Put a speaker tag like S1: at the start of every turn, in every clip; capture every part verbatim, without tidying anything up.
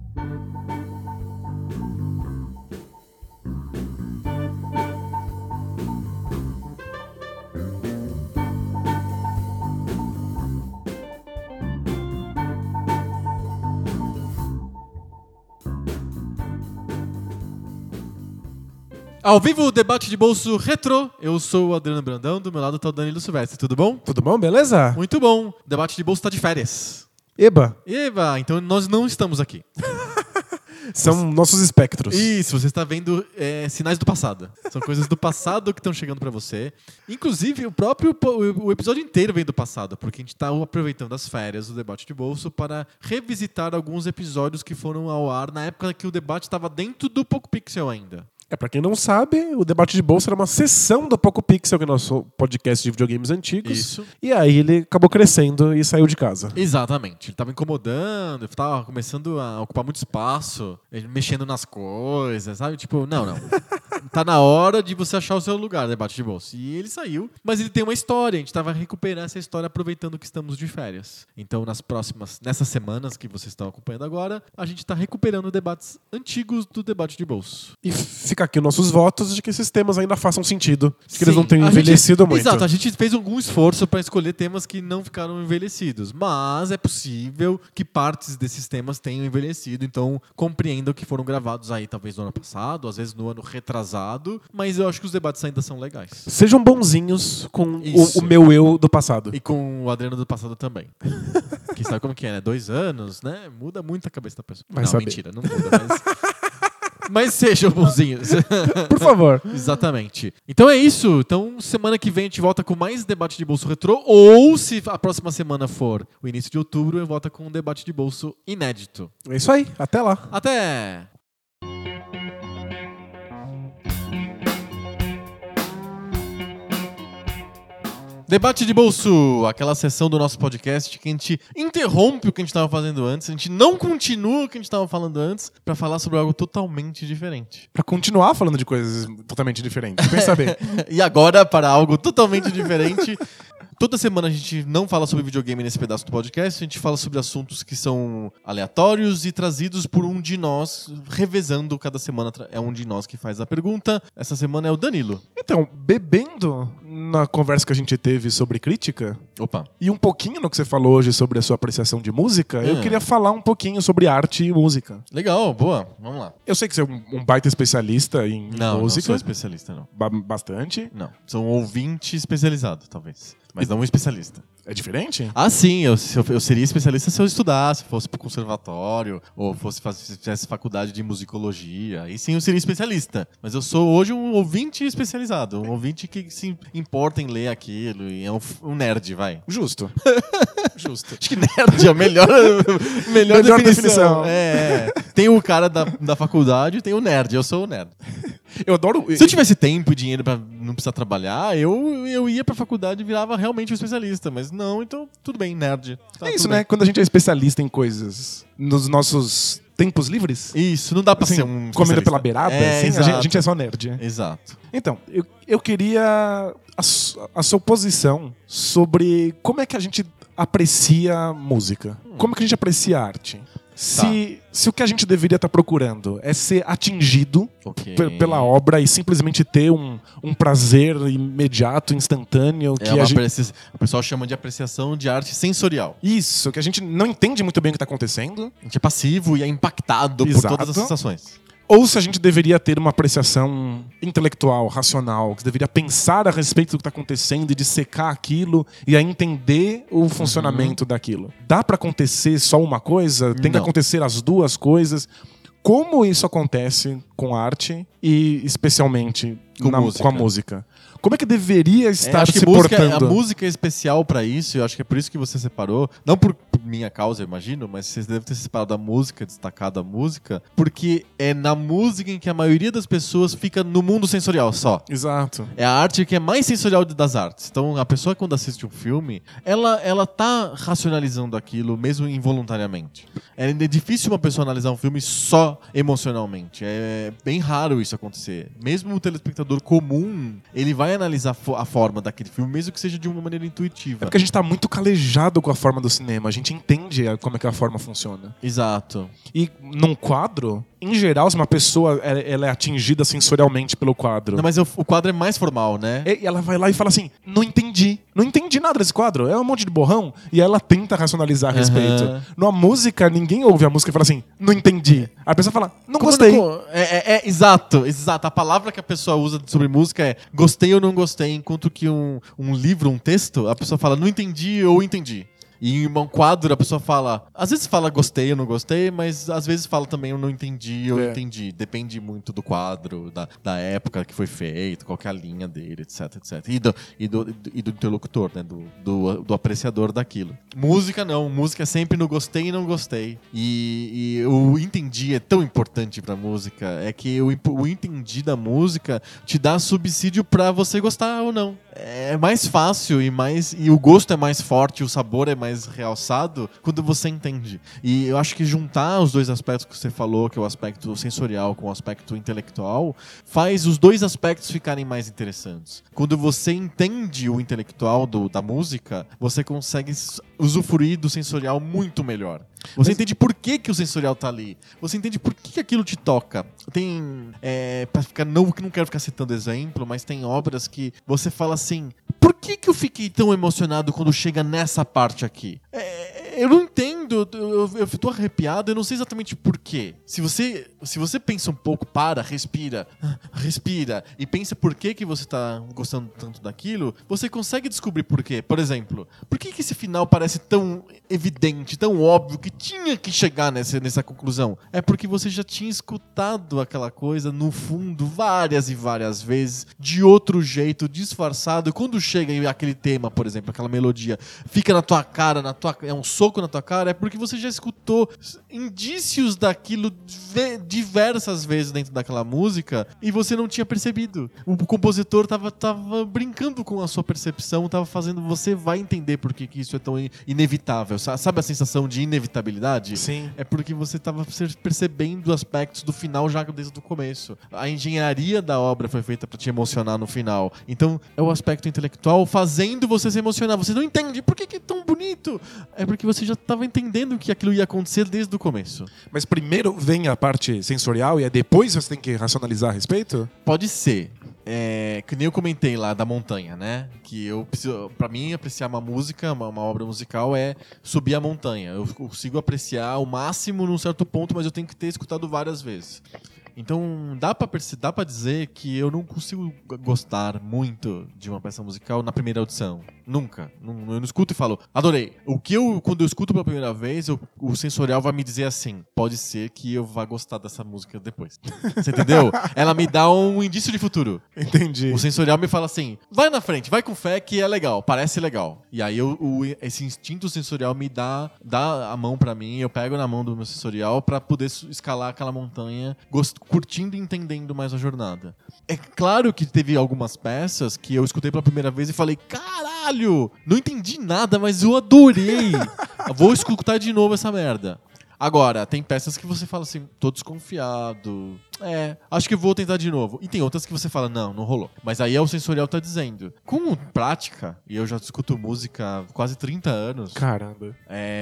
S1: Ao vivo, o debate de bolso retrô. Eu sou o Adriano Brandão, do meu lado tá o Danilo Silvestre. Tudo bom?
S2: Tudo bom, beleza?
S1: Muito bom. O debate de bolso tá de férias.
S2: Eba!
S1: Eba, então nós não estamos aqui.
S2: São você... nossos espectros.
S1: Isso, você está vendo é, sinais do passado. São coisas do passado que estão chegando pra você. Inclusive, o próprio o episódio inteiro vem do passado, porque a gente está aproveitando as férias do debate de bolso para revisitar alguns episódios que foram ao ar na época que o debate estava dentro do Poco Pixel ainda.
S2: É, pra quem não sabe, o Debate de Bolso era uma seção do Poco Pixel, que é o nosso podcast de videogames antigos.
S1: Isso.
S2: E aí ele acabou crescendo e saiu de casa.
S1: Exatamente. Ele estava incomodando, estava começando a ocupar muito espaço, mexendo nas coisas, sabe? Tipo, não, não. Tá na hora de você achar o seu lugar, Debate de Bolso. E ele saiu, mas ele tem uma história. A gente estava recuperando essa história aproveitando que estamos de férias. Então, nas próximas, nessas semanas que vocês estão acompanhando agora, a gente está recuperando debates antigos do Debate de Bolso.
S2: E fica aqui nossos votos de que esses temas ainda façam sentido, de que
S1: Sim,
S2: eles não tenham envelhecido
S1: gente,
S2: muito.
S1: Exato, a gente fez algum esforço para escolher temas que não ficaram envelhecidos, mas é possível que partes desses temas tenham envelhecido, então compreendam que foram gravados aí talvez no ano passado, às vezes no ano retrasado, mas eu acho que os debates ainda são legais.
S2: Sejam bonzinhos com o, o meu eu do passado.
S1: E com o Adriano do passado também. Que sabe como que é, né? Dois anos, né? Muda muito a cabeça da pessoa.
S2: Vai
S1: não,
S2: saber.
S1: Mentira, não muda, mas... Mas sejam bonzinhos.
S2: Por favor.
S1: Exatamente. Então é isso. Então semana que vem a gente volta com mais debate de bolso retrô. Ou se a próxima semana for o início de outubro, eu volto com um debate de bolso inédito.
S2: É isso aí. Até lá.
S1: Até! Debate de bolso, aquela sessão do nosso podcast que a gente interrompe o que a gente estava fazendo antes, a gente não continua o que a gente estava falando antes para falar sobre algo totalmente diferente.
S2: Para continuar falando de coisas totalmente diferentes. Pensa bem.
S1: E agora, para algo totalmente diferente... Toda semana a gente não fala sobre videogame nesse pedaço do podcast, a gente fala sobre assuntos que são aleatórios e trazidos por um de nós, revezando cada semana, é um de nós que faz a pergunta. Essa semana é o Danilo.
S2: Então, bebendo na conversa que a gente teve sobre crítica,
S1: Opa.
S2: E um pouquinho no que você falou hoje sobre a sua apreciação de música,
S1: hum.
S2: eu queria falar um pouquinho sobre arte e música.
S1: Legal, boa, vamos lá.
S2: Eu sei que você é um, um baita especialista em,
S1: não,
S2: em música.
S1: Não, não sou especialista, não.
S2: Ba- bastante?
S1: Não, sou um ouvinte especializado, talvez. Mas não um especialista.
S2: É diferente?
S1: Ah, sim. Eu, eu, eu seria especialista se eu estudasse, fosse pro conservatório, ou fosse fizesse faculdade de musicologia. Aí sim eu seria especialista. Mas eu sou hoje um ouvinte especializado. Um ouvinte que se importa em ler aquilo. E é um, um nerd, vai.
S2: Justo. Justo.
S1: Acho que nerd é a melhor, melhor, melhor definição. definição. É, é. Tem o cara da, da faculdade e tem o nerd. Eu sou o nerd.
S2: Eu adoro...
S1: Se eu tivesse tempo e dinheiro pra não precisar trabalhar, eu, eu ia pra faculdade e virava realmente um especialista. Mas não, então tudo bem, nerd. Tá,
S2: é isso,
S1: bem.
S2: né? Quando a gente é especialista em coisas nos nossos tempos livres...
S1: Isso, não dá pra
S2: assim,
S1: ser um
S2: comendo pela beirada,
S1: é,
S2: assim, a, gente, a gente é só nerd.
S1: Exato.
S2: Então, eu, eu queria a, a sua posição sobre como é que a gente aprecia música. Hum. Como é que a gente aprecia arte. Se, tá. se o que a gente deveria estar procurando é ser atingido
S1: okay.
S2: p- pela obra e simplesmente ter um, um prazer imediato, instantâneo.
S1: É
S2: que
S1: uma
S2: a gente...
S1: aprecia... O pessoal chama de apreciação de arte sensorial.
S2: Isso, que a gente não entende muito bem o que está acontecendo.
S1: A gente é passivo e é impactado
S2: Exato.
S1: por todas as sensações.
S2: Ou se a gente deveria ter uma apreciação intelectual, racional, que deveria pensar a respeito do que está acontecendo e dissecar aquilo e a entender o funcionamento uhum. daquilo. Dá para acontecer só uma coisa? Tem
S1: Não.
S2: que acontecer as duas coisas? Como isso acontece com arte e especialmente
S1: com,
S2: na,
S1: música.
S2: com a música? Como é que deveria estar
S1: é, acho
S2: se
S1: que música,
S2: portando?
S1: A música é especial pra isso, eu acho que é por isso que você separou. Não por minha causa, eu imagino, mas vocês devem ter separado a música, destacado a música, porque é na música em que a maioria das pessoas fica no mundo sensorial só.
S2: Exato.
S1: É a arte que é mais sensorial das artes. Então, a pessoa, quando assiste um filme, ela, ela tá racionalizando aquilo, mesmo involuntariamente. É difícil uma pessoa analisar um filme só emocionalmente. É bem raro isso acontecer. Mesmo o telespectador comum, ele vai vai analisar a forma daquele filme, mesmo que seja de uma maneira intuitiva.
S2: É porque a gente tá muito calejado com a forma do cinema. A gente entende como é que a forma funciona.
S1: Exato.
S2: E num quadro, em geral, se uma pessoa ela é atingida sensorialmente pelo quadro...
S1: Não, mas o, o quadro é mais formal, né?
S2: E ela vai lá e fala assim, não entendi. Não entendi nada desse quadro. É um monte de borrão. E aí ela tenta racionalizar a respeito.
S1: Uhum.
S2: Numa música, ninguém ouve a música e fala assim, não entendi. A pessoa fala, não
S1: Como
S2: gostei.
S1: Não, é, é, é, exato, exato. A palavra que a pessoa usa sobre música é gostei ou não gostei, enquanto que um, um livro, um texto, a pessoa fala não entendi ou entendi. E em um quadro a pessoa fala... Às vezes fala gostei ou não gostei, mas às vezes fala também eu não entendi ou
S2: é.
S1: entendi. Depende muito do quadro, da, da época que foi feito, qual que é a linha dele, etc, etc. E do, e do, e do interlocutor, né? Do, do, do apreciador daquilo. Música não. Música é sempre no gostei e não gostei. E, e o entendi é tão importante pra música. É que o, o entendi da música te dá subsídio pra você gostar ou não. É mais fácil e, mais, e o gosto é mais forte, o sabor é mais realçado quando você entende. E eu acho que juntar os dois aspectos que você falou, que é o aspecto sensorial com o aspecto intelectual, faz os dois aspectos ficarem mais interessantes. Quando você entende o intelectual do, da música, você consegue usufruir do sensorial muito melhor. Você Mas... entende por que, que o sensorial tá ali. Você entende por que, que aquilo te toca. Tem... É, pra ficar, não, não quero ficar citando exemplo, mas tem obras que você fala assim... Por que, que eu fiquei tão emocionado quando chega nessa parte aqui? É, eu não entendo, eu, eu tô arrepiado, eu não sei exatamente por quê. Se você, se você pensa um pouco, para, respira, respira, e pensa por que, que você tá gostando tanto daquilo, você consegue descobrir por quê. Por exemplo, por que, que esse final parece tão evidente, tão óbvio, que tinha que chegar nessa, nessa conclusão? É porque você já tinha escutado aquela coisa no fundo várias e várias vezes, de outro jeito, disfarçado. Quando chega aquele tema, por exemplo, aquela melodia, fica na tua cara, na tua, é um soco na tua cara, é porque você já escutou indícios daquilo diversas vezes dentro daquela música e você não tinha percebido. O compositor tava, tava brincando com a sua percepção, tava fazendo, você vai entender por que, que isso é tão inevitável. Sabe a sensação de inevitabilidade?
S2: Sim.
S1: É porque você tava percebendo aspectos do final já desde o começo. A engenharia da obra foi feita para te emocionar no final. Então, é o aspecto intelectual fazendo você se emocionar. Você não entende por que, que é tão bonito. É porque você já estava entendendo que aquilo ia acontecer desde o começo.
S2: Mas primeiro vem a parte sensorial e é depois você tem que racionalizar a respeito?
S1: Pode ser. É, que nem eu comentei lá da montanha, né? Que eu preciso, pra mim, apreciar uma música, uma, uma obra musical é subir a montanha. Eu consigo apreciar o máximo num certo ponto, mas eu tenho que ter escutado várias vezes. Então, dá pra, dá pra dizer que eu não consigo gostar muito de uma peça musical na primeira audição. Nunca. Não, eu não escuto e falo, adorei. O que eu, quando eu escuto pela primeira vez, eu, o sensorial vai me dizer assim, pode ser que eu vá gostar dessa música depois. Você entendeu? Ela me dá um indício de futuro.
S2: Entendi.
S1: O sensorial me fala assim, vai na frente, vai com fé que é legal, parece legal. E aí eu, o, esse instinto sensorial me dá, dá a mão pra mim, eu pego na mão do meu sensorial pra poder escalar aquela montanha, gost, curtindo e entendendo mais a jornada. É claro que teve algumas peças que eu escutei pela primeira vez e falei, caralho, não entendi nada, mas eu adorei. Vou escutar de novo essa merda. Agora, tem peças que você fala assim, tô desconfiado. É, acho que vou tentar de novo. E tem outras que você fala, não, não rolou. Mas aí é o sensorial tá dizendo. Com prática, e eu já escuto música há quase trinta anos.
S2: Caramba.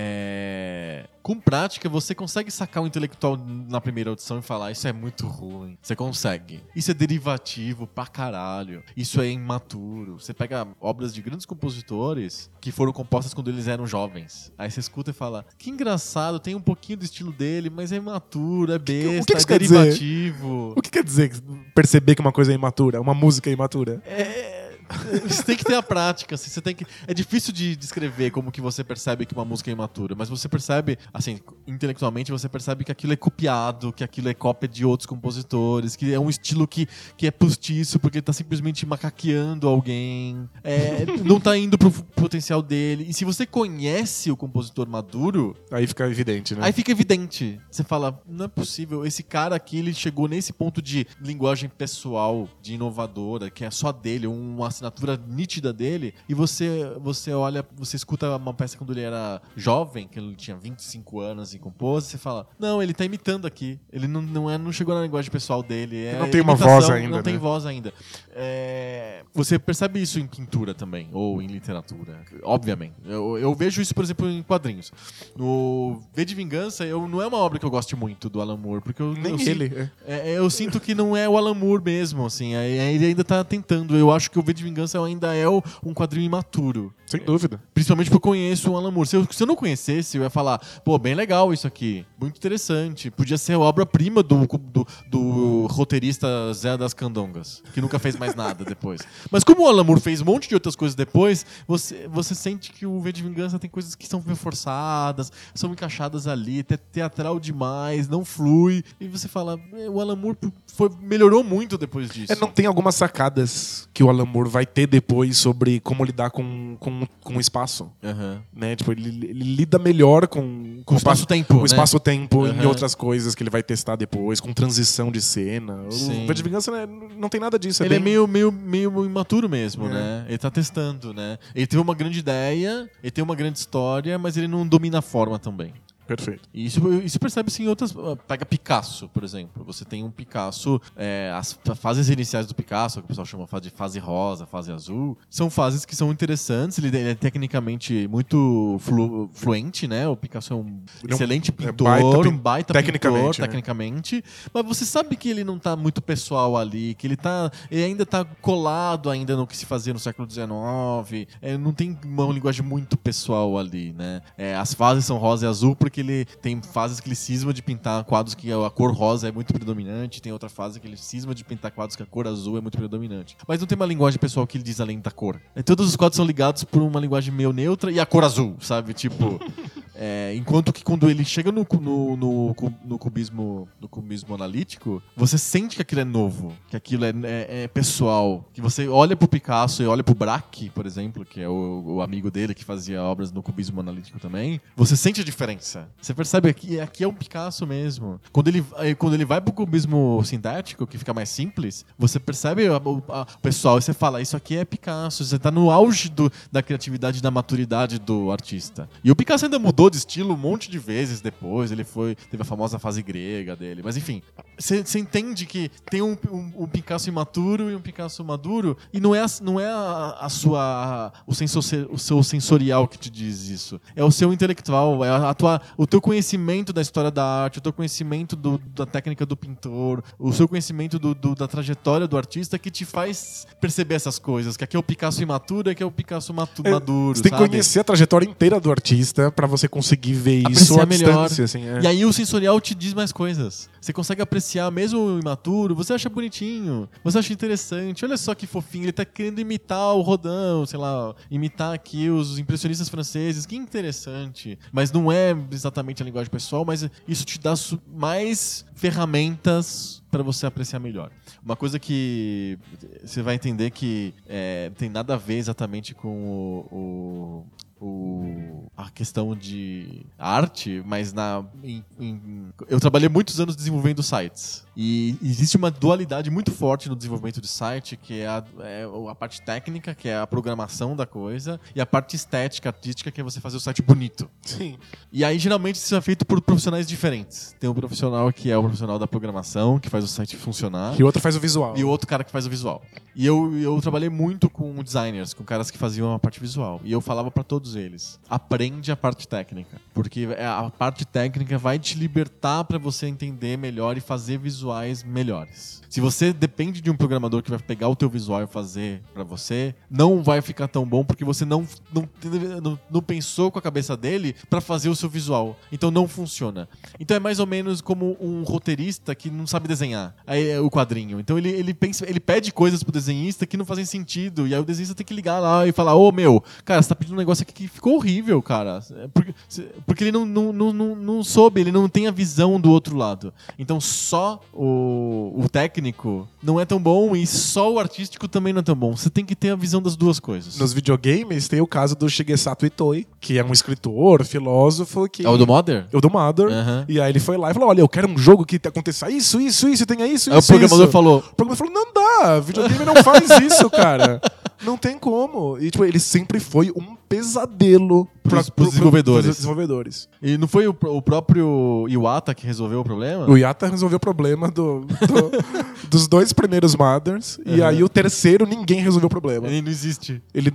S1: É... Com prática, você consegue sacar o intelectual na primeira audição e falar, isso é muito ruim. Você consegue. Isso é derivativo pra caralho. Isso é imaturo. Você pega obras de grandes compositores que foram compostas quando eles eram jovens. Aí você escuta e fala, que engraçado, tem um pouquinho do estilo dele, mas é imaturo, é besta,
S2: o que que
S1: é derivativo.
S2: O que quer dizer perceber que uma coisa é imatura? Uma música é imatura?
S1: É... Você tem que ter a prática, assim, você tem que... É difícil de descrever como que você percebe que uma música é imatura, mas você percebe, assim, intelectualmente você percebe que aquilo é copiado, que aquilo é cópia de outros compositores, que é um estilo que, que é postiço porque tá simplesmente macaqueando alguém, é, não tá indo pro potencial dele. E se você conhece o compositor maduro...
S2: Aí fica evidente, né?
S1: Aí fica evidente. Você fala, não é possível, esse cara aqui, ele chegou nesse ponto de linguagem pessoal, de inovadora, que é só dele, uma assinatura nítida dele, e você, você olha, você escuta uma peça quando ele era jovem, que ele tinha vinte e cinco anos e compôs, e você fala, não, ele tá imitando aqui. Ele não, não, é, não chegou na linguagem pessoal dele. É
S2: não tem uma
S1: imitação,
S2: voz ainda,
S1: Não
S2: né?
S1: tem voz ainda. É, você percebe isso em pintura também, ou em literatura, obviamente. Eu, eu vejo isso, por exemplo, em quadrinhos. No V de Vingança, eu, não é uma obra que eu goste muito do Alan Moore, porque eu,
S2: Nem
S1: eu,
S2: ele.
S1: Sinto, é, eu sinto que não é o Alan Moore mesmo, assim, é, ele ainda tá tentando. Eu acho que o V de Vingança ainda é o, um quadrinho imaturo.
S2: Sem dúvida.
S1: Principalmente porque eu conheço o Alan Moore. Se eu, se eu não conhecesse, eu ia falar, pô, bem legal isso aqui, muito interessante. Podia ser a obra-prima do, do, do roteirista Zé das Candongas, que nunca fez mais nada depois. Mas como o Alan Moore fez um monte de outras coisas depois, você, você sente que o V de Vingança tem coisas que são meio forçadas, são encaixadas ali, te, teatral demais, não flui. E você fala, o Alan Moore foi, melhorou muito depois disso.
S2: É, não tem algumas sacadas que o Alan Moore vai ter depois sobre como lidar com, com, com o espaço.
S1: Uhum.
S2: Né? Tipo, ele, ele lida melhor com,
S1: Com o espaço-tempo,
S2: com
S1: né?
S2: o espaço-tempo
S1: Uhum.
S2: e outras coisas que ele vai testar depois, com transição de cena.
S1: Sim.
S2: O V de Vingança né, não tem nada disso. É
S1: Ele
S2: bem...
S1: é meio, meio, meio imaturo mesmo,
S2: É.
S1: né? Ele tá testando, né? Ele teve uma grande ideia, ele tem uma grande história, mas ele não domina a forma também.
S2: Perfeito.
S1: E isso, isso percebe-se em outras... Pega Picasso, por exemplo. Você tem um Picasso... É, as fases iniciais do Picasso, que o pessoal chama de fase rosa, fase azul, são fases que são interessantes. Ele, ele é tecnicamente muito flu, fluente, né? O Picasso é um
S2: Ele é um-
S1: excelente
S2: é
S1: pintor,
S2: baita pin-
S1: um baita
S2: tecnicamente,
S1: pintor,
S2: né?
S1: tecnicamente. Mas você sabe que ele não tá muito pessoal ali, que ele, tá, ele ainda tá colado ainda no que se fazia no século dezenove. É, não tem uma linguagem muito pessoal ali, né? É, as fases são rosa e azul porque ele tem fases que ele cisma de pintar quadros que a cor rosa é muito predominante, tem outra fase que ele cisma de pintar quadros que a cor azul é muito predominante. Mas não tem uma linguagem pessoal que ele diz além da cor. É, todos os quadros são ligados por uma linguagem meio neutra e a cor azul, sabe? Tipo, é, enquanto que quando ele chega no, no, no, no cubismo no cubismo analítico, você sente que aquilo é novo, que aquilo é, é, é pessoal, que você olha pro Picasso e olha pro Braque, por exemplo, que é o, o amigo dele que fazia obras no cubismo analítico também, você sente a diferença. Você percebe que aqui é um Picasso mesmo. Quando ele, quando ele vai pro cubismo sintético, que fica mais simples, você percebe a, a, o pessoal e você fala, isso aqui é Picasso. Você tá no auge do, da criatividade e da maturidade do artista. E o Picasso ainda mudou de estilo um monte de vezes depois. Ele foi, teve a famosa fase grega dele. Mas enfim, você, você entende que tem um, um, um Picasso imaturo e um Picasso maduro, e não é, a, não é a, a sua, o, sensor, o seu sensorial que te diz isso. É o seu intelectual, é a tua, o teu conhecimento da história da arte, o teu conhecimento do, da técnica do pintor, o seu conhecimento do, do, da trajetória do artista que te faz perceber essas coisas. Que aqui é o Picasso imaturo e aqui é o Picasso matu,
S2: É,
S1: maduro,
S2: você tem que
S1: sabe?
S2: conhecer a trajetória inteira do artista pra você conseguir ver
S1: Apreciar
S2: isso à
S1: melhor.
S2: distância. Assim, é.
S1: E aí o sensorial te diz mais coisas. Você consegue apreciar mesmo o imaturo, você acha bonitinho, você acha interessante. Olha só que fofinho, ele tá querendo imitar o Rodin, sei lá, imitar aqui os impressionistas franceses, que interessante. Mas não é exatamente a linguagem pessoal, mas isso te dá mais ferramentas para você apreciar melhor. Uma coisa que você vai entender que é, tem nada a ver exatamente com o, o, o, a questão de arte, mas na, em, em, eu trabalhei muitos anos desenvolvendo sites. E existe uma dualidade muito forte no desenvolvimento de site, que é a, é a parte técnica, que é a programação da coisa, e a parte estética, artística, que é você fazer o site bonito.
S2: Sim.
S1: E aí, geralmente, isso é feito por profissionais diferentes. Tem um profissional que é o profissional da programação, que faz o site funcionar.
S2: E o outro faz o visual.
S1: E o outro cara que faz o visual. E eu, eu trabalhei muito com designers, com caras que faziam a parte visual. E eu falava pra todos eles, aprende a parte técnica. Porque a parte técnica vai te libertar pra você entender melhor e fazer visuais melhores. Se você depende de um programador que vai pegar o teu visual e fazer pra você, não vai ficar tão bom porque você não, não, não, não pensou com a cabeça dele pra fazer o seu visual. Então não funciona. Então é mais ou menos como um roteirista que não sabe desenhar aí é o quadrinho. Então ele, ele, pensa, ele pede coisas pro desenhista que não fazem sentido. E aí o desenhista tem que ligar lá e falar, ô meu, cara, você tá pedindo um negócio aqui que ficou horrível, cara. Porque, porque ele não, não, não, não, não soube, ele não tem a visão do outro lado. Então só o, o técnico não é tão bom e só o artístico também não é tão bom. Você tem que ter a visão das duas coisas.
S2: Nos videogames tem o caso do Shigesato Itoi, que é um escritor, filósofo que...
S1: É o do Mother?
S2: É o do Mother.
S1: Uhum.
S2: E aí ele foi lá e falou, olha, eu quero um jogo que aconteça isso, isso, isso, tenha isso,
S1: Aí
S2: isso,
S1: o programador
S2: isso.
S1: falou...
S2: O programador falou, não dá, videogame não faz isso, cara. Não tem como. E, tipo, ele sempre foi um pesadelo
S1: Pros-
S2: pra-
S1: pros desenvolvedores.
S2: pros desenvolvedores.
S1: E não foi o, o próprio Iwata que resolveu o problema?
S2: O Iwata resolveu o problema do, do- dos dois primeiros Mothers. E
S1: Uhum.
S2: aí o terceiro, ninguém resolveu o problema.
S1: Ele não existe.
S2: Ele,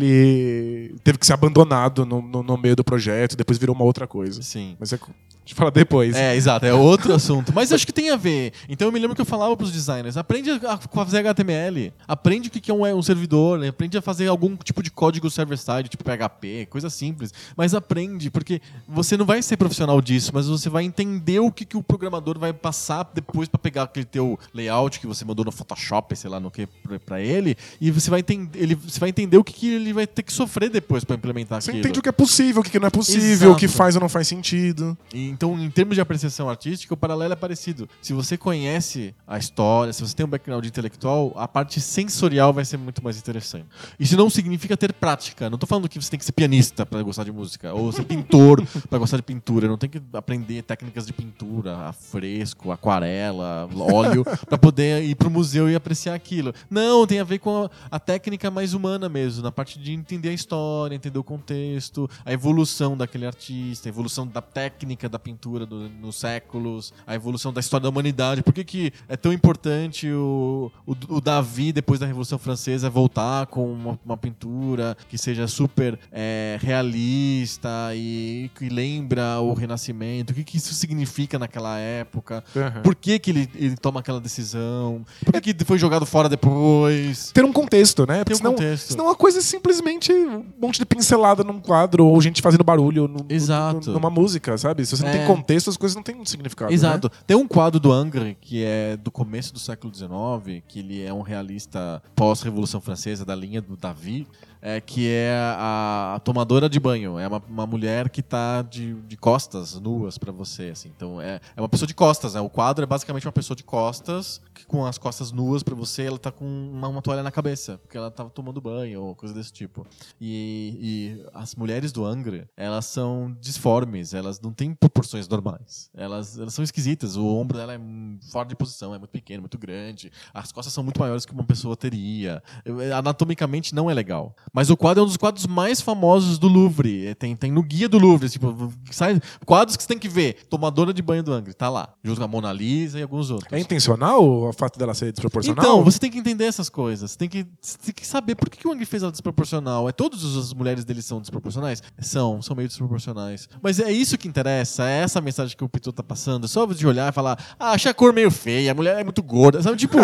S2: ele teve que ser abandonado no, no, no meio do projeto, depois virou uma outra coisa.
S1: Sim.
S2: Mas é, a gente fala depois.
S1: É, exato, é outro assunto. Mas eu acho que tem a ver. Então eu me lembro que eu falava pros designers: aprende a fazer H T M L, aprende o que que é um, é um servidor, né? Aprende a fazer algum tipo de código server-side, tipo P H P, coisa simples. Mas aprende, porque você não vai ser profissional disso, mas você vai entender o que, que o programador vai passar depois pra pegar aquele teu layout que você mandou no Photoshop, sei lá no que, pra, pra ele, e você vai, entender, ele, você vai entender o que, que ele vai ter que sofrer depois pra implementar
S2: Você
S1: aquilo.
S2: entende o que é possível, o que não é possível,
S1: Exato.
S2: o que faz ou não faz sentido.
S1: E, Então, em termos de apreciação artística, o paralelo é parecido. Se você conhece a história, se você tem um background intelectual, a parte sensorial vai ser muito mais interessante. Isso não significa ter prática. Não tô falando que você tem que ser pianista pra gostar de música, ou ser pintor pra gostar de pintura. Não tem que aprender técnicas de pintura, fresco, aquarela, óleo, pra poder ir pro museu e apreciar aquilo. Não, tem a ver com a, a técnica mais humana mesmo, na parte de entender a história, entender o contexto, a evolução daquele artista, a evolução da técnica da pintura do, nos séculos, a evolução da história da humanidade. Por que, que é tão importante o, o, o Davi, depois da Revolução Francesa, voltar com uma, uma pintura que seja super é, realista e que lembra o Renascimento? O que, que isso significa naquela época?
S2: Uhum.
S1: Por que, que ele, ele toma aquela decisão? Por que, que foi jogado fora depois?
S2: Ter um contexto, né?
S1: Tem
S2: Porque
S1: um
S2: senão,
S1: contexto.
S2: senão a coisa é simplesmente um monte de pincelada num quadro ou gente fazendo barulho no,
S1: Exato.
S2: no- numa música, sabe? Se você não
S1: É.
S2: tem contexto, as coisas não têm um significado.
S1: Exato.
S2: Né?
S1: Tem um quadro do Ingres, que é do começo do século dezenove, que ele é um realista pós-Revolução Francesa, da linha do Davi, é, que é a, a tomadora de banho. É uma, uma mulher que tá de, de costas, nuas pra você, assim. Então, é, é uma pessoa de costas, né? O quadro é basicamente uma pessoa de costas, que, com as costas nuas pra você, ela tá com uma, uma toalha na cabeça, porque ela tava tomando banho ou coisa desse tipo. E, e as mulheres do Ingres, elas são disformes, elas não têm proporções normais. Elas, elas são esquisitas. O ombro dela é fora de posição, é muito pequeno, muito grande. As costas são muito maiores que uma pessoa teria. Anatomicamente não é legal. Mas o quadro é um dos quadros mais famosos do Louvre. Tem, tem no guia do Louvre, tipo, sai, quadros que você tem que ver. Tomadora de banho do Ingres, tá lá. Junto com a Mona Lisa e alguns outros.
S2: É intencional o fato dela ser desproporcional?
S1: Então, você tem que entender essas coisas. Você tem que, você tem que saber por que, que o Ingrid fez ela desproporcional. É todas as mulheres dele são desproporcionais? São, são meio desproporcionais. Mas é isso que interessa, é essa mensagem que o Pitot tá passando. Só de olhar e falar, ah, achei a cor meio feia, a mulher é muito gorda. Sabe, tipo,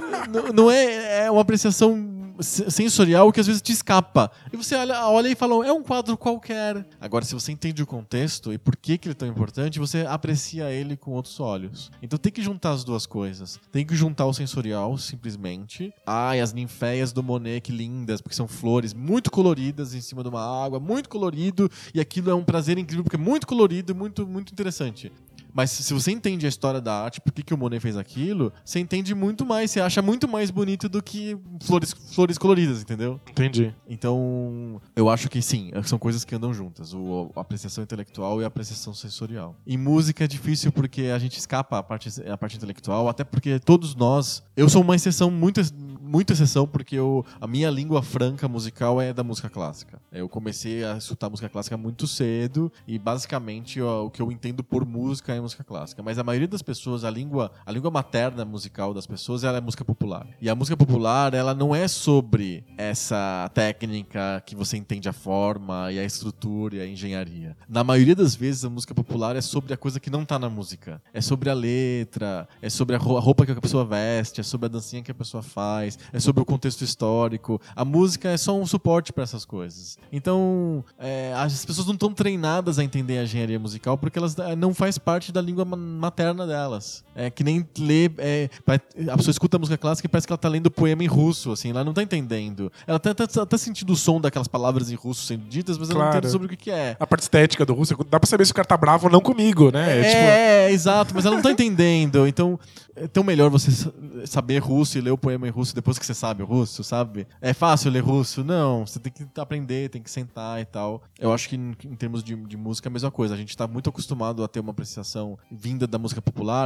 S1: n- não é, é uma apreciação sensorial que às vezes te escapa. E você olha, olha e fala, é um quadro qualquer. Agora, se você entende o contexto e por que, que ele é tão importante, você aprecia ele com outros olhos. Então tem que juntar as duas coisas. Tem que juntar o sensorial, simplesmente. Ai, as ninféias do Monet, que lindas, porque são flores muito coloridas em cima de uma água, muito colorido, e aquilo é um prazer incrível, porque é muito colorido e muito, muito interessante. Mas se você entende a história da arte, por que, que o Monet fez aquilo, você entende muito mais, você acha muito mais bonito do que flores, flores coloridas, entendeu?
S2: Entendi.
S1: Então, eu acho que sim, são coisas que andam juntas, o, a apreciação intelectual e a apreciação sensorial. Em música é difícil porque a gente escapa a parte, a parte intelectual, até porque todos nós... Eu sou uma exceção, muito, muito exceção, porque eu, a minha língua franca musical é da música clássica. Eu comecei a escutar música clássica muito cedo e, basicamente, ó, o que eu entendo por música é música clássica. Mas a maioria das pessoas, a língua, a língua materna musical das pessoas, ela é música popular. E a música popular, ela não é sobre essa técnica que você entende a forma e a estrutura e a engenharia. Na maioria das vezes, a música popular é sobre a coisa que não tá na música. É sobre a letra, é sobre a roupa que a pessoa veste, é sobre a dancinha que a pessoa faz, é sobre o contexto histórico. A música é só um suporte para essas coisas. Então, é, as pessoas não estão treinadas a entender a engenharia musical porque elas não faz parte da língua materna delas. É que nem ler... É, a pessoa escuta a música clássica e parece que ela tá lendo poema em russo, assim, ela não tá entendendo. Ela tá, tá, tá sentindo o som daquelas palavras em russo sendo ditas, mas ela
S2: Claro.
S1: não entende sobre o que, que é.
S2: A parte estética do russo, dá pra saber se o cara tá bravo ou não comigo, né?
S1: É,
S2: tipo,
S1: é, exato, mas ela não tá entendendo. Então, é tão melhor você saber russo e ler o poema em russo depois que você sabe o russo, sabe? É fácil ler russo? Não, você tem que aprender, tem que sentar e tal. Eu acho que em, em termos de, de música é a mesma coisa. A gente tá muito acostumado a ter uma apreciação vinda da música popular, que é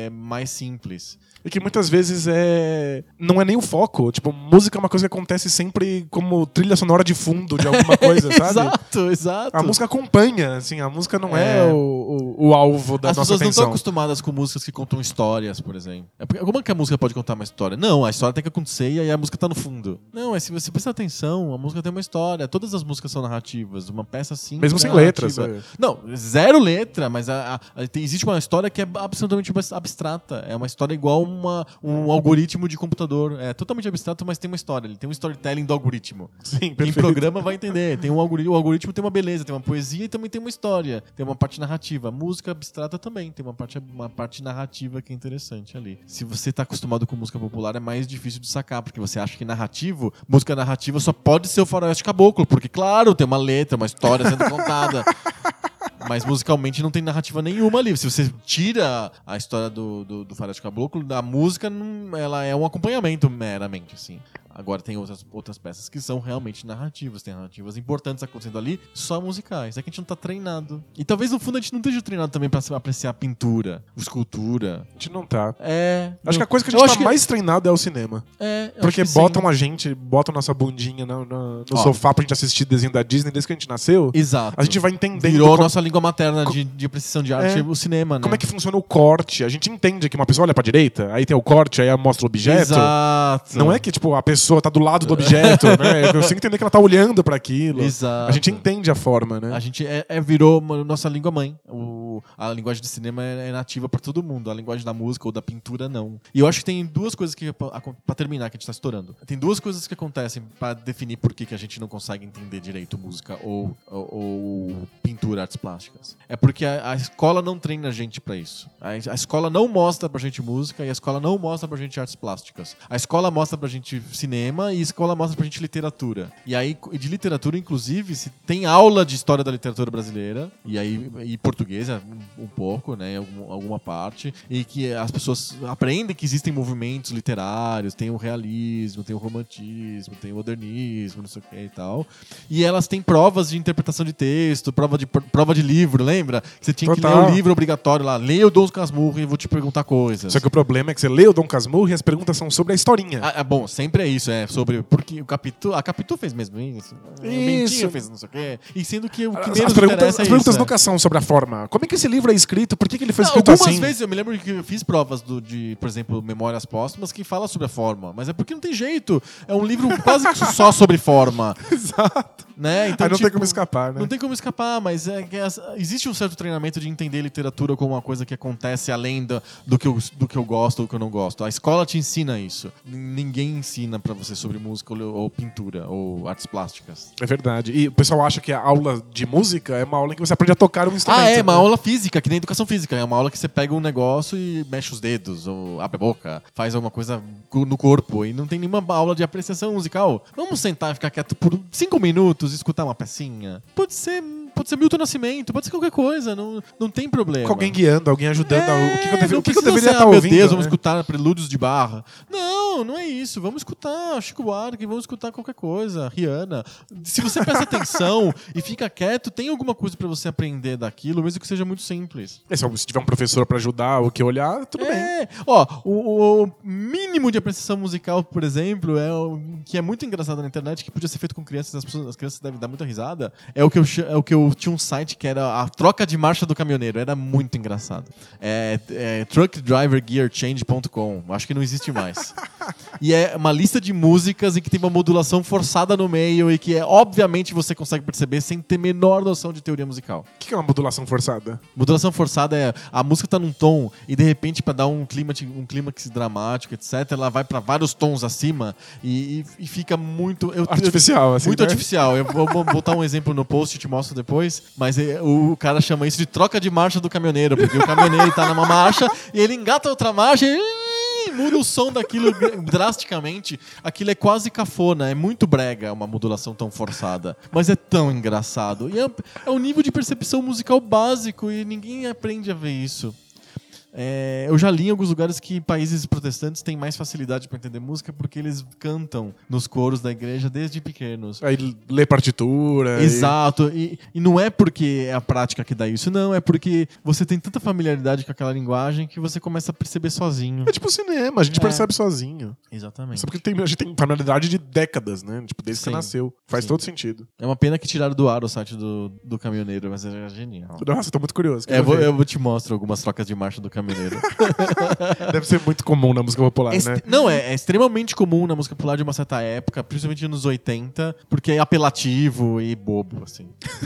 S1: é mais simples.
S2: E que muitas vezes é não é nem o foco. Tipo, música é uma coisa que acontece sempre como trilha sonora de fundo de alguma coisa, sabe?
S1: Exato, exato.
S2: A música acompanha, assim, a música não é, é o, o, o alvo da
S1: As
S2: nossa
S1: pessoas não
S2: atenção.
S1: estão acostumadas com músicas que contam histórias, por exemplo. É porque, como é que a música pode contar uma história? Não, a história tem que acontecer e aí a música tá no fundo. Não, é se você prestar atenção, a música tem uma história. Todas as músicas são narrativas. Uma peça simples.
S2: Mesmo
S1: é
S2: sem
S1: narrativa.
S2: letras. É.
S1: Não, zero letra, mas a, a, tem, existe uma história que é absolutamente abstrata. É uma história igual uma, um algoritmo de computador. É totalmente abstrato, mas tem uma história. Ele tem um storytelling do algoritmo.
S2: Sim,
S1: Quem
S2: perfeito.
S1: programa vai entender. Tem um algoritmo, o algoritmo tem uma beleza, tem uma poesia e também tem uma história. Tem uma parte narrativa. A música abstrata também tem uma parte, uma parte narrativa que é interessante ali. Se você tá acostumado com música popular, é mais difícil de sacar, porque você acha que narrativo, música narrativa só pode ser o Faroeste Caboclo, porque, claro, tem uma letra, uma história sendo contada. Mas musicalmente não tem narrativa nenhuma ali. Se você tira a história do, do, do Faroeste Caboclo, a música não, ela é um acompanhamento meramente, assim. Agora tem outras, outras peças que são realmente narrativas. Tem narrativas importantes acontecendo ali, só musicais. É que a gente não tá treinado. E talvez no fundo a gente não esteja treinado também pra apreciar a pintura, escultura.
S2: A gente não tá.
S1: É.
S2: Acho
S1: não,
S2: que a coisa que a gente tá
S1: que...
S2: mais treinado é o cinema.
S1: É, eu
S2: Porque
S1: acho que
S2: botam
S1: sim.
S2: a gente, botam nossa bundinha no, no, no
S1: Ó.
S2: sofá pra gente assistir desenho da Disney desde que a gente nasceu.
S1: Exato.
S2: A gente vai entendendo
S1: Virou a
S2: como,
S1: nossa língua materna de, de apreciação de arte,
S2: É.
S1: o cinema, né?
S2: como é que funciona o corte. A gente entende que uma pessoa olha pra direita, aí tem o corte, aí mostra o objeto.
S1: Exato.
S2: Não é que tipo a pessoa tá do lado do objeto, né? Eu tenho que entender que ela tá olhando pra aquilo.
S1: Exato.
S2: A gente entende a forma, né?
S1: A gente é, é- virou uma- nossa língua mãe. O, a linguagem de cinema é, é nativa pra todo mundo. A linguagem da música ou da pintura, não. E eu acho que tem duas coisas que, pra, pra terminar, que a gente tá estourando. Tem duas coisas que acontecem pra definir por que, que a gente não consegue entender direito música ou, ou, ou pintura, artes plásticas. É porque a, a escola não treina a gente pra isso. A, a escola não mostra pra gente música e a escola não mostra pra gente artes plásticas. A escola mostra pra gente cinema e a escola mostra pra gente literatura. E aí, de literatura, inclusive, se tem aula de história da literatura brasileira, e aí e portuguesa, um, um pouco, né, algum, alguma parte, e que as pessoas aprendem que existem movimentos literários, tem o realismo, tem o romantismo, tem o modernismo, não sei o que e tal. E elas têm provas de interpretação de texto, prova de, prova de livro, lembra? Que você tinha
S2: Total.
S1: que ler o livro obrigatório lá, leia o Dom Casmurro e eu vou te perguntar coisas.
S2: Só que o problema é que você lê o Dom Casmurro e as perguntas são sobre a historinha.
S1: Ah, ah, bom, sempre é isso, é sobre porque o Capitu, a Capitu fez mesmo isso, o Bentinho fez não sei o quê, e sendo que o que
S2: As,
S1: menos
S2: as perguntas,
S1: interessa é
S2: as perguntas
S1: isso,
S2: nunca são sobre a forma. Como é que esse livro é escrito? Por que, que ele foi
S1: Não,
S2: escrito
S1: algumas
S2: assim?
S1: vezes eu me lembro que eu fiz provas do, de, por exemplo, Memórias Póstumas que fala sobre a forma, mas é porque não tem jeito. É um livro quase que só sobre forma,
S2: Exato.
S1: né? Então,
S2: Aí não
S1: tipo,
S2: tem como escapar, né?
S1: Não tem como escapar, mas é que as- existe um certo treinamento de entender literatura como uma coisa que acontece além da- do, que eu, do que eu gosto ou do que eu não gosto. A escola te ensina isso. N- Ninguém ensina pra você sobre música ou, ou pintura ou artes plásticas.
S2: É verdade. E o pessoal acha que a aula de música é uma aula em que você aprende a tocar um instrumento.
S1: Ah, é, uma
S2: né?
S1: aula física, que nem educação física. É uma aula que você pega um negócio e mexe os dedos, ou abre a boca, faz alguma coisa co- no corpo. E não tem nenhuma aula de apreciação musical. Vamos sentar e ficar quieto por cinco minutos e escutar uma pecinha? Pode ser, pode ser Milton Nascimento, pode ser qualquer coisa, não, não tem problema.
S2: Com alguém guiando, alguém ajudando.
S1: É,
S2: o que, que eu, deve,
S1: não
S2: o que que eu
S1: precisa
S2: deveria
S1: ser,
S2: estar
S1: ah,
S2: ouvindo?
S1: Meu Deus, vamos
S2: né?
S1: escutar prelúdios de Barra. Não, não é isso. Vamos escutar Chico Buarque, vamos escutar qualquer coisa. Rihanna. Se você presta atenção e fica quieto, tem alguma coisa pra você aprender daquilo, mesmo que seja muito simples.
S2: É, se se tiver um professor pra ajudar o que olhar, tudo bem.
S1: É, ó, o, o mínimo de apreciação musical, por exemplo, é o que é muito engraçado na internet, que podia ser feito com crianças, as, pessoas, as crianças devem dar muita risada. É o que eu cha- é o que eu tinha um site que era a troca de marcha do caminhoneiro, era muito engraçado. É, é truck driver gear change ponto com. Acho que não existe mais. E é uma lista de músicas em que tem uma modulação forçada no meio e que é obviamente você consegue perceber sem ter menor noção de teoria musical.
S2: O que que é uma modulação forçada?
S1: Modulação forçada é a música tá num tom e de repente pra dar um clima um clímax dramático, etc, ela vai pra vários tons acima e, e- e fica muito eu-
S2: Artificial, assim,
S1: muito
S2: né?
S1: artificial. Eu vou, vou botar um exemplo no post e te mostro depois, mas é, o cara chama isso de troca de marcha do caminhoneiro, porque o caminhoneiro tá numa marcha e ele engata outra marcha e muda o som daquilo drasticamente. Aquilo é quase cafona, é muito brega uma modulação tão forçada, mas é tão engraçado. E é, é um nível de percepção musical básico e ninguém aprende a ver isso. É, eu já li em alguns lugares que países protestantes têm mais facilidade pra entender música porque eles cantam nos coros da igreja desde pequenos.
S2: Aí lê partitura.
S1: Exato. E, e não é porque é a prática que dá isso, não. É porque você tem tanta familiaridade com aquela linguagem que você começa a perceber sozinho.
S2: E... É tipo cinema, a gente
S1: É.
S2: percebe sozinho.
S1: Exatamente.
S2: Só porque tem, a gente tem familiaridade de décadas, né? Tipo, desde que
S1: Sim.
S2: você nasceu. Faz
S1: Sim.
S2: todo sentido.
S1: É uma pena que tiraram do ar o site do, do caminhoneiro, mas é genial.
S2: Nossa, eu tô muito curioso.
S1: É,
S2: quero
S1: eu, vou,
S2: ver.
S1: eu vou te mostrar algumas trocas de marcha do caminhoneiro.
S2: Deve ser muito comum na música popular,
S1: É est-
S2: né?
S1: Não, é, é extremamente comum na música popular de uma certa época, principalmente nos oitenta, porque é apelativo e bobo, assim.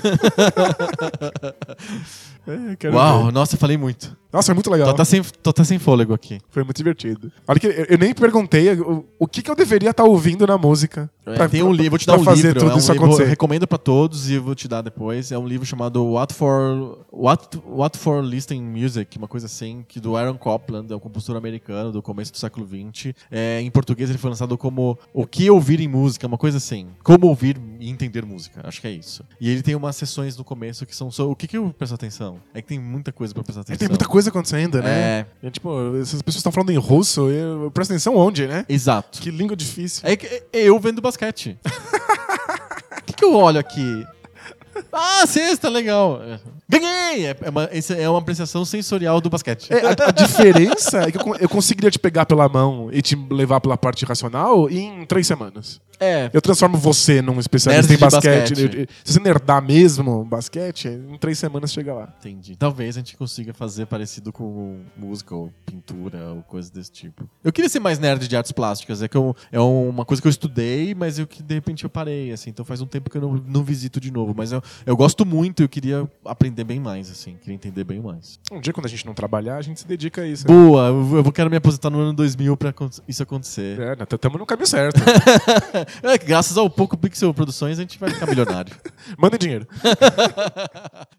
S2: É, quero
S1: Uau,
S2: ver.
S1: nossa, falei muito.
S2: Nossa, é muito legal.
S1: Tô até sem, tô até sem fôlego aqui.
S2: Foi muito divertido. Olha que eu, eu nem perguntei o, o que, que eu deveria estar ouvindo na música.
S1: É, tem um livro, vou te dar
S2: pra
S1: um
S2: fazer
S1: livro.
S2: tudo
S1: É um
S2: isso
S1: livro, eu
S2: acontecer.
S1: recomendo pra todos e eu vou te dar depois. É um livro chamado What for What, What for Listening Music, uma coisa assim, que do Aaron Copland, é um compositor americano do começo do século vinte. É, em português ele foi lançado como O que ouvir em música, uma coisa assim. Como ouvir e entender música, acho que é isso. E ele tem umas sessões no começo que são só... O que que eu presto atenção? É que tem muita coisa pra prestar
S2: É,
S1: atenção.
S2: tem muita coisa acontecendo, né?
S1: É,
S2: É, tipo, essas pessoas estão falando em russo, eu, eu presto atenção onde, né?
S1: exato.
S2: Que língua difícil.
S1: É que é eu vendo basquete. O que, que eu olho aqui? Ah, sexta, legal. Ganhei! É é uma, essa é uma apreciação sensorial do basquete.
S2: É, a, a diferença é que eu, con- eu conseguiria te pegar pela mão e te levar pela parte racional em três semanas.
S1: É,
S2: Eu transformo você num especialista
S1: Nerd
S2: em
S1: de
S2: basquete.
S1: basquete.
S2: Se você nerdar mesmo basquete, em três semanas chega lá.
S1: entendi. Talvez a gente consiga fazer parecido com música ou pintura ou coisa desse tipo. Eu queria ser mais nerd de artes plásticas. É, que eu, é uma coisa que eu estudei, mas eu que de repente eu parei, assim. Então faz um tempo que eu não, não visito de novo. Mas eu, eu gosto muito e eu queria aprender bem mais, assim. Queria entender bem mais.
S2: Um dia, quando a gente não trabalhar, a gente se dedica a isso.
S1: Boa! Eu, vou- eu quero me aposentar no ano dois mil pra acon- isso acontecer.
S2: É, estamos no caminho certo.
S1: É, graças ao Pouco Pixel Produções a gente vai ficar milionário.
S2: Mandem dinheiro.